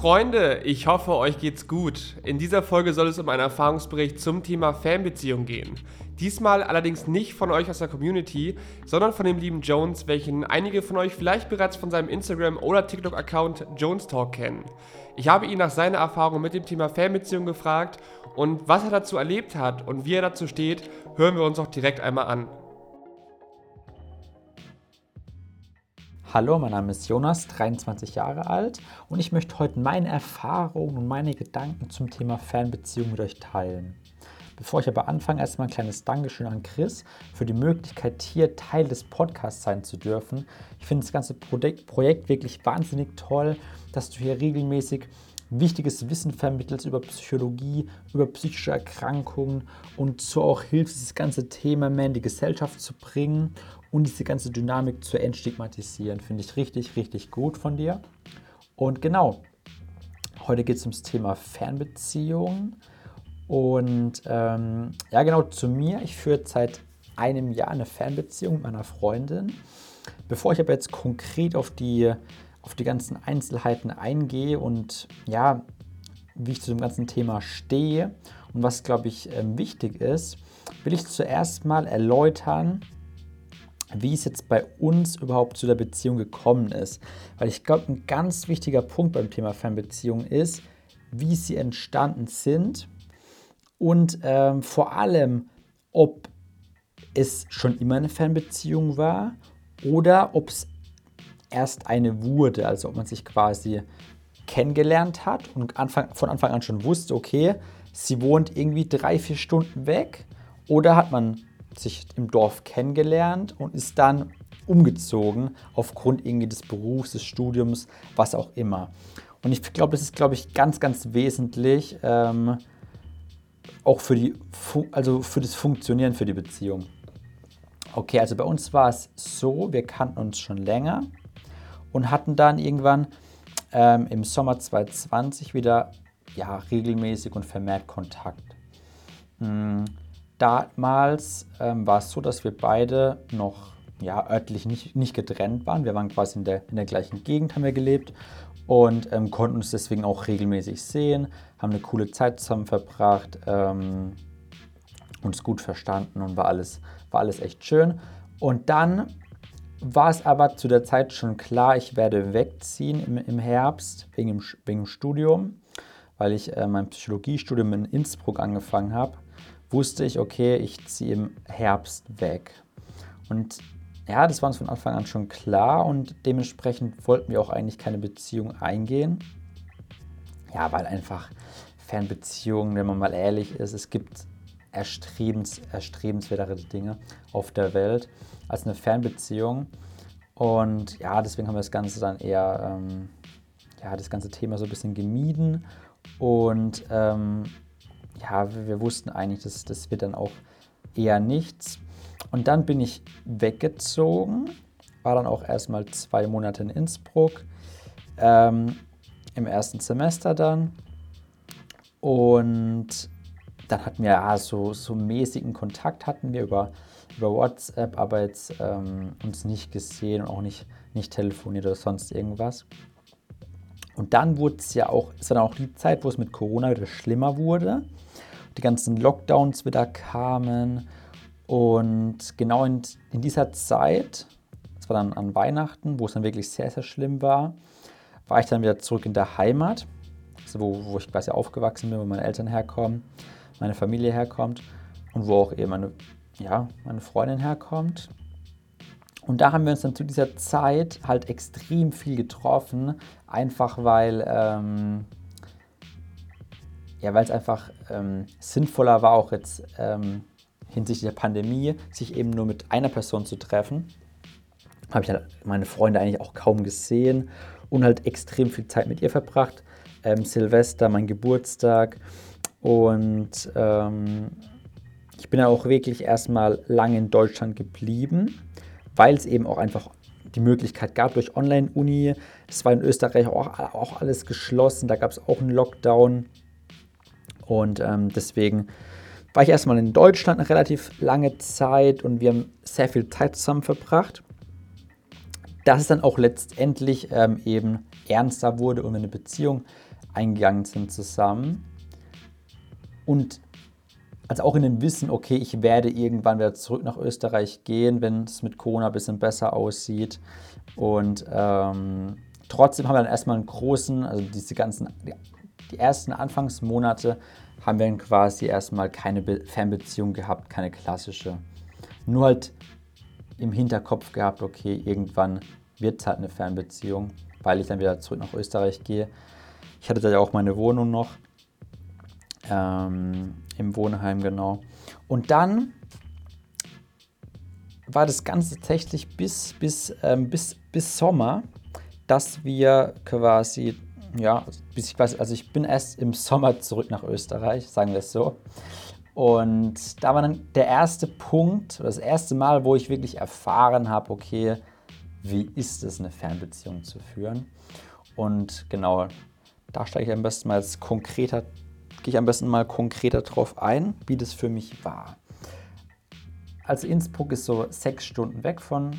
Freunde, ich hoffe, euch geht's gut. In dieser Folge soll es um einen Erfahrungsbericht zum Thema Fernbeziehung gehen. Diesmal allerdings nicht von euch aus der Community, sondern von dem lieben Jones, welchen einige von euch vielleicht bereits von seinem Instagram- oder TikTok-Account Jones Talk kennen. Ich habe ihn nach seiner Erfahrung mit dem Thema Fernbeziehung gefragt und was er dazu erlebt hat und wie er dazu steht, hören wir uns auch direkt einmal an. Hallo, mein Name ist Jonas, 23 Jahre alt und ich möchte heute meine Erfahrungen und meine Gedanken zum Thema Fernbeziehung mit euch teilen. Bevor ich aber anfange, erstmal ein kleines Dankeschön an Chris für die Möglichkeit, hier Teil des Podcasts sein zu dürfen. Ich finde das ganze Projekt wirklich wahnsinnig toll, dass du hier regelmäßig wichtiges Wissen vermittelst über Psychologie, über psychische Erkrankungen und so auch hilfst, dieses ganze Thema mehr in die Gesellschaft zu bringen und diese ganze Dynamik zu entstigmatisieren. Finde ich richtig, richtig gut von dir. Und genau, heute geht es ums Thema Fernbeziehung. Und genau zu mir. Ich führe seit einem Jahr eine Fernbeziehung mit meiner Freundin. Bevor ich aber jetzt konkret auf die ganzen Einzelheiten eingehe und ja, wie ich zu dem ganzen Thema stehe und was, glaube ich, wichtig ist, will ich zuerst mal erläutern, wie es jetzt bei uns überhaupt zu der Beziehung gekommen ist. Weil ich glaube, ein ganz wichtiger Punkt beim Thema Fernbeziehung ist, wie sie entstanden sind und vor allem, ob es schon immer eine Fernbeziehung war oder ob es erst eine wurde, also ob man sich quasi kennengelernt hat und von Anfang an schon wusste, okay, sie wohnt irgendwie 3-4 Stunden weg, oder hat man sich im Dorf kennengelernt und ist dann umgezogen aufgrund irgendwie des Berufs, des Studiums, was auch immer. Und ich glaube, das ist, ganz, ganz wesentlich, auch für das Funktionieren für die Beziehung. Okay, also bei uns war es so, wir kannten uns schon länger und hatten dann irgendwann im Sommer 2020 wieder regelmäßig und vermehrt Kontakt. Damals war es so, dass wir beide noch örtlich nicht getrennt waren. Wir waren quasi in der gleichen Gegend, haben wir gelebt und konnten uns deswegen auch regelmäßig sehen, haben eine coole Zeit zusammen verbracht, uns gut verstanden und war alles echt schön. Und dann war es aber zu der Zeit schon klar, ich werde wegziehen im Herbst wegen dem Studium, weil ich mein Psychologiestudium in Innsbruck angefangen habe. Wusste ich, okay, ich ziehe im Herbst weg. Und ja, das war uns von Anfang an schon klar und dementsprechend wollten wir auch eigentlich keine Beziehung eingehen. Ja, weil einfach Fernbeziehungen, wenn man mal ehrlich ist, es gibt erstrebenswertere Dinge auf der Welt als eine Fernbeziehung. Und ja, deswegen haben wir das Ganze dann eher, das ganze Thema so ein bisschen gemieden. Und wir wussten eigentlich, das wird dann auch eher nichts. Und dann bin ich weggezogen, war dann auch erstmal 2 Monate in Innsbruck, im ersten Semester dann. Und dann hatten wir so mäßigen Kontakt hatten wir über WhatsApp, aber jetzt uns nicht gesehen und auch nicht telefoniert oder sonst irgendwas. Und dann wurde es war dann auch die Zeit, wo es mit Corona wieder schlimmer wurde. Die ganzen Lockdowns wieder kamen. Und genau in dieser Zeit, das war dann an Weihnachten, wo es dann wirklich sehr, sehr schlimm war ich dann wieder zurück in der Heimat, also wo ich quasi aufgewachsen bin, wo meine Eltern herkommen, meine Familie herkommt und wo auch eben meine Freundin herkommt. Und da haben wir uns dann zu dieser Zeit halt extrem viel getroffen, einfach weil es einfach sinnvoller war, auch jetzt hinsichtlich der Pandemie, sich eben nur mit einer Person zu treffen. Habe ich halt meine Freunde eigentlich auch kaum gesehen und halt extrem viel Zeit mit ihr verbracht. Silvester, mein Geburtstag, und ich bin ja auch wirklich erstmal lange in Deutschland geblieben, weil es eben auch einfach die Möglichkeit gab durch Online-Uni. Es war in Österreich auch alles geschlossen, da gab es auch einen Lockdown. Und deswegen war ich erstmal in Deutschland eine relativ lange Zeit und wir haben sehr viel Zeit zusammen verbracht. Dass es dann auch letztendlich eben ernster wurde und wir eine Beziehung eingegangen sind zusammen. Und also auch in dem Wissen, okay, ich werde irgendwann wieder zurück nach Österreich gehen, wenn es mit Corona ein bisschen besser aussieht. Und trotzdem haben wir dann erstmal einen großen, also die ersten Anfangsmonate haben wir dann quasi erstmal keine Fernbeziehung gehabt, keine klassische. Nur halt im Hinterkopf gehabt, okay, irgendwann wird es halt eine Fernbeziehung, weil ich dann wieder zurück nach Österreich gehe. Ich hatte da ja auch meine Wohnung noch, im Wohnheim, genau. Und dann war das Ganze tatsächlich bis Sommer, dass wir quasi, ja, also ich bin erst im Sommer zurück nach Österreich, sagen wir es so. Und da war dann der erste Punkt, das erste Mal, wo ich wirklich erfahren habe, okay, wie ist es, eine Fernbeziehung zu führen? Und genau, da steige ich am besten mal konkreter drauf ein, wie das für mich war. Also Innsbruck ist so 6 Stunden weg von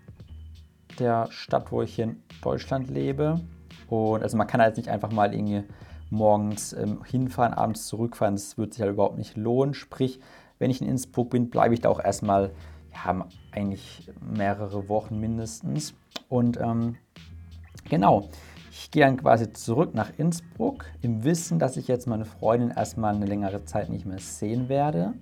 der Stadt, wo ich hier in Deutschland lebe. Und also man kann halt nicht einfach mal irgendwie morgens hinfahren, abends zurückfahren. Das wird sich halt überhaupt nicht lohnen. Sprich, wenn ich in Innsbruck bin, bleibe ich da auch erstmal, ja, eigentlich mehrere Wochen mindestens. Und genau, ich gehe dann quasi zurück nach Innsbruck im Wissen, dass ich jetzt meine Freundin erstmal eine längere Zeit nicht mehr sehen werde.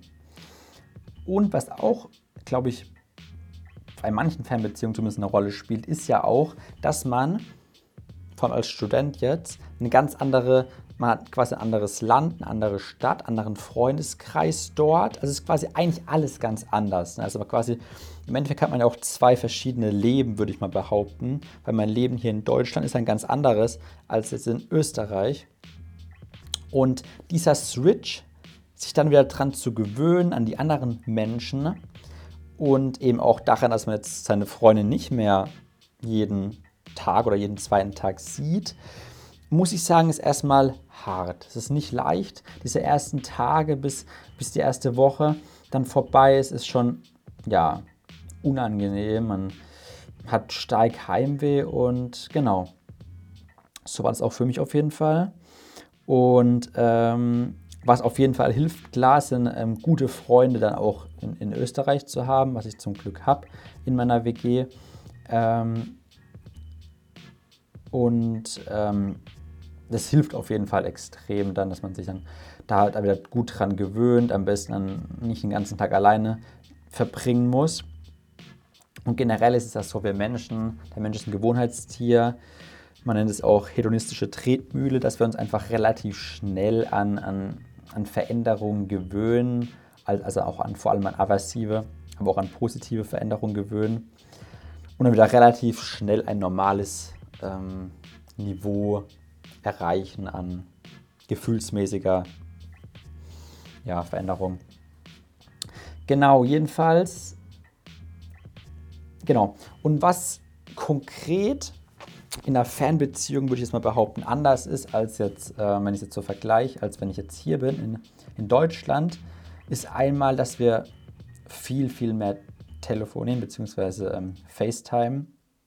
Und was auch, glaube ich, bei manchen Fernbeziehungen zumindest eine Rolle spielt, ist ja auch, dass man, vor allem als Student jetzt, man hat quasi ein anderes Land, eine andere Stadt, einen anderen Freundeskreis dort. Also es ist quasi eigentlich alles ganz anders. Also quasi, im Endeffekt hat man ja auch 2 verschiedene Leben, würde ich mal behaupten. Weil mein Leben hier in Deutschland ist ein ganz anderes als jetzt in Österreich. Und dieser Switch, sich dann wieder dran zu gewöhnen, an die anderen Menschen und eben auch daran, dass man jetzt seine Freundin nicht mehr jeden Tag oder jeden zweiten Tag sieht, muss ich sagen, ist erstmal hart. Es ist nicht leicht. Diese ersten Tage bis die erste Woche dann vorbei ist schon, ja, unangenehm. Man hat stark Heimweh und genau, so war das auch für mich auf jeden Fall. Und was auf jeden Fall hilft, klar, sind gute Freunde dann auch in Österreich zu haben, was ich zum Glück habe in meiner WG. Das hilft auf jeden Fall extrem dann, dass man sich dann da halt wieder gut dran gewöhnt, am besten dann nicht den ganzen Tag alleine verbringen muss. Und generell ist es das so, der Mensch ist ein Gewohnheitstier. Man nennt es auch hedonistische Tretmühle, dass wir uns einfach relativ schnell an Veränderungen gewöhnen, also auch vor allem an aversive, aber auch an positive Veränderungen gewöhnen und dann wieder relativ schnell ein normales Niveau erreichen an gefühlsmäßiger, ja, Veränderung. Genau, jedenfalls, genau. Und was konkret in einer Fernbeziehung, würde ich jetzt mal behaupten, anders ist als jetzt, wenn ich es jetzt so vergleiche, als wenn ich jetzt hier bin in Deutschland, ist einmal, dass wir viel, viel mehr telefonieren bzw. FaceTime.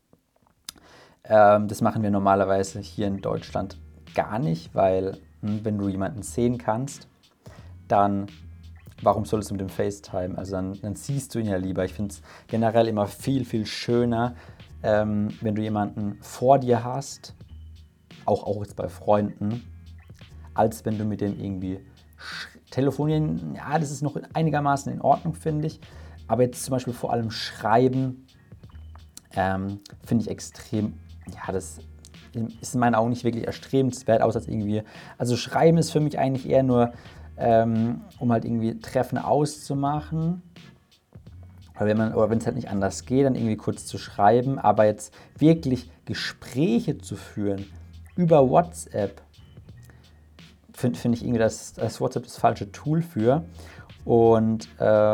Das machen wir normalerweise hier in Deutschland gar nicht, weil wenn du jemanden sehen kannst, dann warum solltest du mit dem FaceTime? Also dann siehst du ihn ja lieber. Ich finde es generell immer viel, viel schöner, wenn du jemanden vor dir hast, auch jetzt bei Freunden, als wenn du mit dem irgendwie telefonieren. Ja, das ist noch einigermaßen in Ordnung, finde ich. Aber jetzt zum Beispiel vor allem schreiben, finde ich extrem, ja, das ist in meinen Augen nicht wirklich erstrebenswert, außer als irgendwie, also schreiben ist für mich eigentlich eher nur, um halt irgendwie Treffen auszumachen. Oder wenn es halt nicht anders geht, dann irgendwie kurz zu schreiben, aber jetzt wirklich Gespräche zu führen über WhatsApp, finde ich irgendwie, dass WhatsApp das falsche Tool für. Und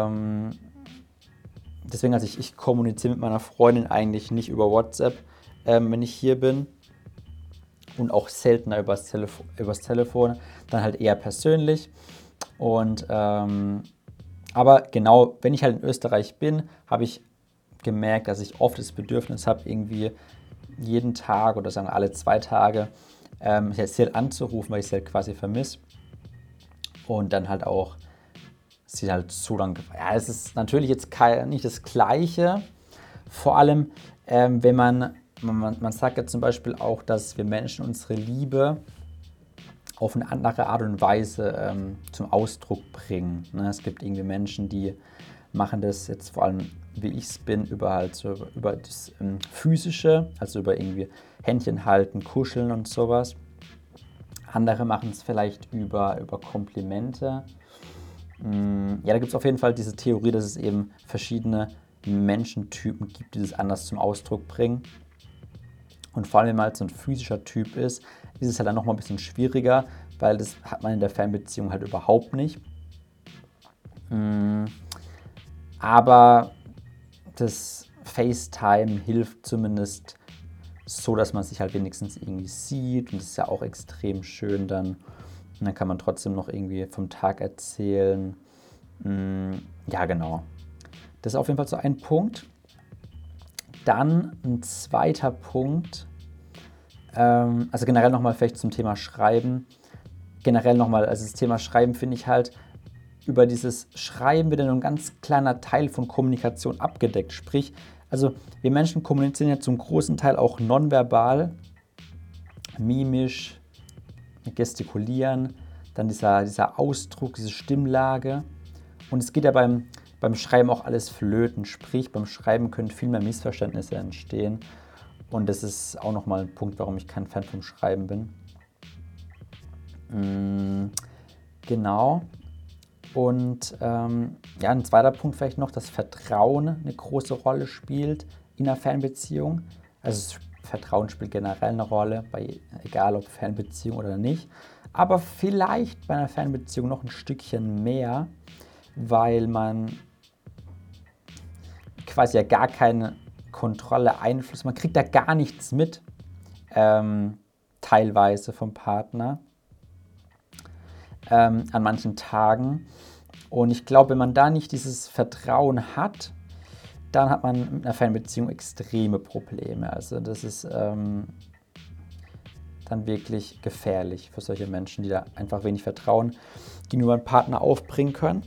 deswegen, also ich kommuniziere mit meiner Freundin eigentlich nicht über WhatsApp, wenn ich hier bin. Und auch seltener übers Telefon, dann halt eher persönlich. Und aber genau, wenn ich halt in Österreich bin, habe ich gemerkt, dass ich oft das Bedürfnis habe, irgendwie jeden Tag oder sagen wir alle 2 Tage sie halt anzurufen, weil ich sie halt quasi vermisse. Und dann halt auch sie halt so dann, ja, es ist natürlich jetzt nicht das Gleiche, vor allem, wenn man sagt ja zum Beispiel auch, dass wir Menschen unsere Liebe auf eine andere Art und Weise zum Ausdruck bringen. Ne? Es gibt irgendwie Menschen, die machen das jetzt vor allem, wie ich es bin, über das Physische, also über irgendwie Händchen halten, kuscheln und sowas. Andere machen es vielleicht über Komplimente. Ja, da gibt es auf jeden Fall diese Theorie, dass es eben verschiedene Menschentypen gibt, die das anders zum Ausdruck bringen. Und vor allem, wenn man halt so ein physischer Typ ist es halt dann nochmal ein bisschen schwieriger, weil das hat man in der Fernbeziehung halt überhaupt nicht. Aber das FaceTime hilft zumindest so, dass man sich halt wenigstens irgendwie sieht. Und das ist ja auch extrem schön dann. Und dann kann man trotzdem noch irgendwie vom Tag erzählen. Ja, genau. Das ist auf jeden Fall so ein Punkt. Dann ein zweiter Punkt. Also generell nochmal vielleicht zum Thema Schreiben. Generell nochmal, also das Thema Schreiben finde ich halt, über dieses Schreiben wird ja nur ein ganz kleiner Teil von Kommunikation abgedeckt. Sprich, also wir Menschen kommunizieren ja zum großen Teil auch nonverbal, mimisch, gestikulieren, dann dieser Ausdruck, diese Stimmlage. Und es geht ja beim Schreiben auch alles flöten. Sprich, beim Schreiben können viel mehr Missverständnisse entstehen. Und das ist auch nochmal ein Punkt, warum ich kein Fan vom Schreiben bin. Genau. Und ja, ein zweiter Punkt vielleicht noch, dass Vertrauen eine große Rolle spielt in einer Fernbeziehung. Also Vertrauen spielt generell eine Rolle, egal ob Fernbeziehung oder nicht. Aber vielleicht bei einer Fernbeziehung noch ein Stückchen mehr, weil man quasi ja gar keine Kontrolle, Einfluss, man kriegt da gar nichts mit, teilweise vom Partner, an manchen Tagen. Und ich glaube, wenn man da nicht dieses Vertrauen hat, dann hat man mit einer Fernbeziehung extreme Probleme. Also das ist dann wirklich gefährlich für solche Menschen, die da einfach wenig Vertrauen gegenüber einem Partner aufbringen können.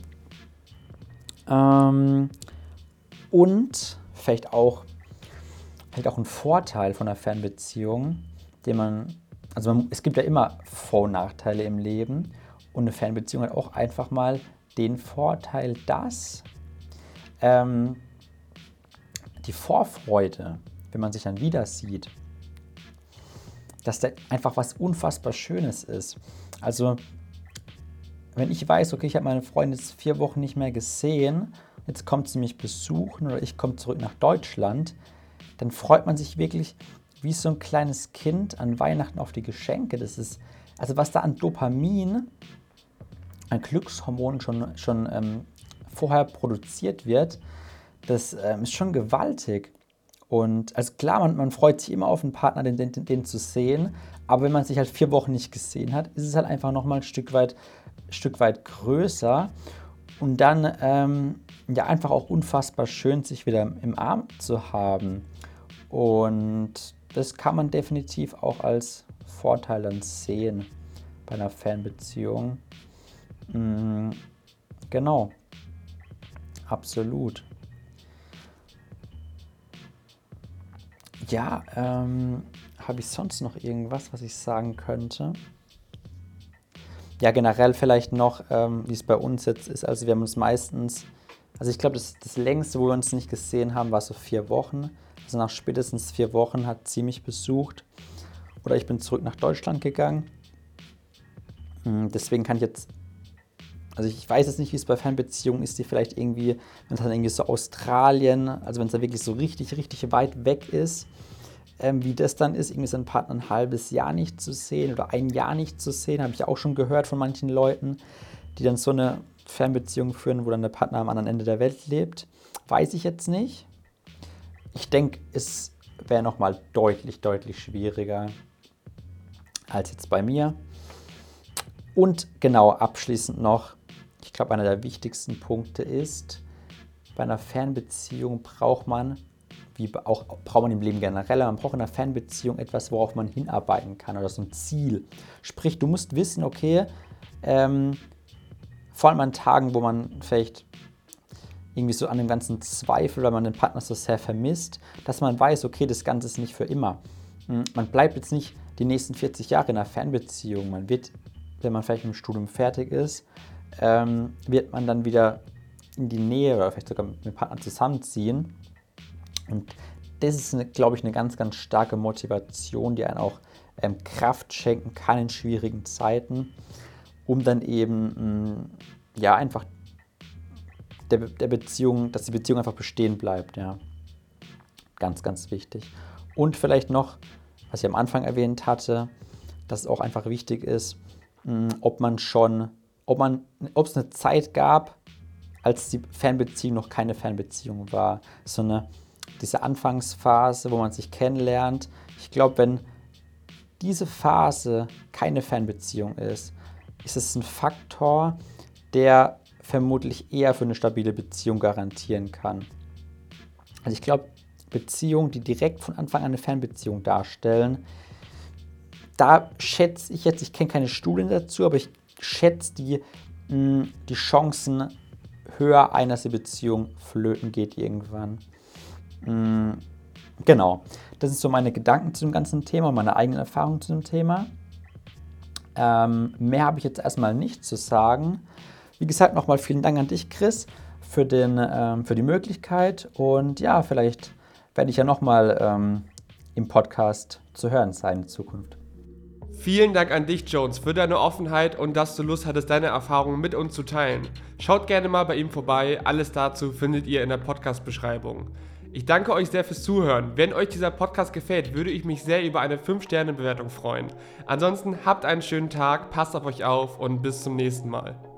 Und vielleicht auch ein Vorteil von einer Fernbeziehung, es gibt ja immer Vor- und Nachteile im Leben, und eine Fernbeziehung hat auch einfach mal den Vorteil, dass die Vorfreude, wenn man sich dann wieder sieht, dass da einfach was unfassbar Schönes ist. Also wenn ich weiß, okay, ich habe meine Freundin jetzt 4 Wochen nicht mehr gesehen, jetzt kommt sie mich besuchen oder ich komme zurück nach Deutschland, dann freut man sich wirklich wie so ein kleines Kind an Weihnachten auf die Geschenke. Das ist, also was da an Dopamin, an Glückshormonen schon vorher produziert wird, das ist schon gewaltig. Und also klar, man freut sich immer auf einen Partner, den zu sehen, aber wenn man sich halt 4 Wochen nicht gesehen hat, ist es halt einfach nochmal ein Stück weit größer. Und dann ja einfach auch unfassbar schön, sich wieder im Arm zu haben. Und das kann man definitiv auch als Vorteil dann sehen bei einer Fernbeziehung. Genau, absolut. Ja, habe ich sonst noch irgendwas, was ich sagen könnte? Ja, generell vielleicht noch, wie es bei uns jetzt ist. Also wir haben uns meistens, also ich glaube, das längste, wo wir uns nicht gesehen haben, war so 4 Wochen. Also nach spätestens 4 Wochen hat sie mich besucht oder ich bin zurück nach Deutschland gegangen. Deswegen kann ich jetzt, also ich weiß jetzt nicht, wie es bei Fernbeziehungen ist, die vielleicht irgendwie, wenn es dann irgendwie so Australien, also wenn es da wirklich so richtig, richtig weit weg ist, wie das dann ist, irgendwie seinen Partner ein halbes Jahr nicht zu sehen oder ein Jahr nicht zu sehen, habe ich auch schon gehört von manchen Leuten, die dann so eine Fernbeziehung führen, wo dann der Partner am anderen Ende der Welt lebt. Weiß ich jetzt nicht. Ich denke, es wäre nochmal deutlich, deutlich schwieriger als jetzt bei mir. Und genau, abschließend noch, ich glaube, einer der wichtigsten Punkte ist, bei einer Fernbeziehung braucht man auch braucht man im Leben generell. Man braucht in einer Fernbeziehung etwas, worauf man hinarbeiten kann oder so ein Ziel. Sprich, du musst wissen, okay, vor allem an Tagen, wo man vielleicht irgendwie so an dem ganzen Zweifel, weil man den Partner so sehr vermisst, dass man weiß, okay, das Ganze ist nicht für immer. Man bleibt jetzt nicht die nächsten 40 Jahre in einer Fernbeziehung. Man wird, wenn man vielleicht im Studium fertig ist, wird man dann wieder in die Nähe oder vielleicht sogar mit dem Partner zusammenziehen. Und das ist, glaube ich, eine ganz, ganz starke Motivation, die einen auch Kraft schenken kann in schwierigen Zeiten, um dann eben einfach der Beziehung, dass die Beziehung einfach bestehen bleibt. Ja. Ganz, ganz wichtig. Und vielleicht noch, was ich am Anfang erwähnt hatte, dass es auch einfach wichtig ist, ob es eine Zeit gab, als die Fernbeziehung noch keine Fernbeziehung war. Diese Anfangsphase, wo man sich kennenlernt. Ich glaube, wenn diese Phase keine Fernbeziehung ist es ein Faktor, der vermutlich eher für eine stabile Beziehung garantieren kann. Also ich glaube, Beziehungen, die direkt von Anfang an eine Fernbeziehung darstellen, da schätze ich jetzt, ich kenne keine Studien dazu, aber ich schätze die Chancen höher ein, dass die Beziehung flöten geht irgendwann. Genau, das sind so meine Gedanken zu dem ganzen Thema und meine eigenen Erfahrungen zu dem Thema. Mehr habe ich jetzt erstmal nicht zu sagen. Wie gesagt, nochmal vielen Dank an dich, Chris, für die Möglichkeit. Und ja, vielleicht werde ich ja nochmal im Podcast zu hören sein in Zukunft. Vielen Dank an dich, Jones, für deine Offenheit und dass du Lust hattest, deine Erfahrungen mit uns zu teilen. Schaut gerne mal bei ihm vorbei. Alles dazu findet ihr in der Podcast-Beschreibung. Ich danke euch sehr fürs Zuhören. Wenn euch dieser Podcast gefällt, würde ich mich sehr über eine 5-Sterne-Bewertung freuen. Ansonsten habt einen schönen Tag, passt auf euch auf und bis zum nächsten Mal.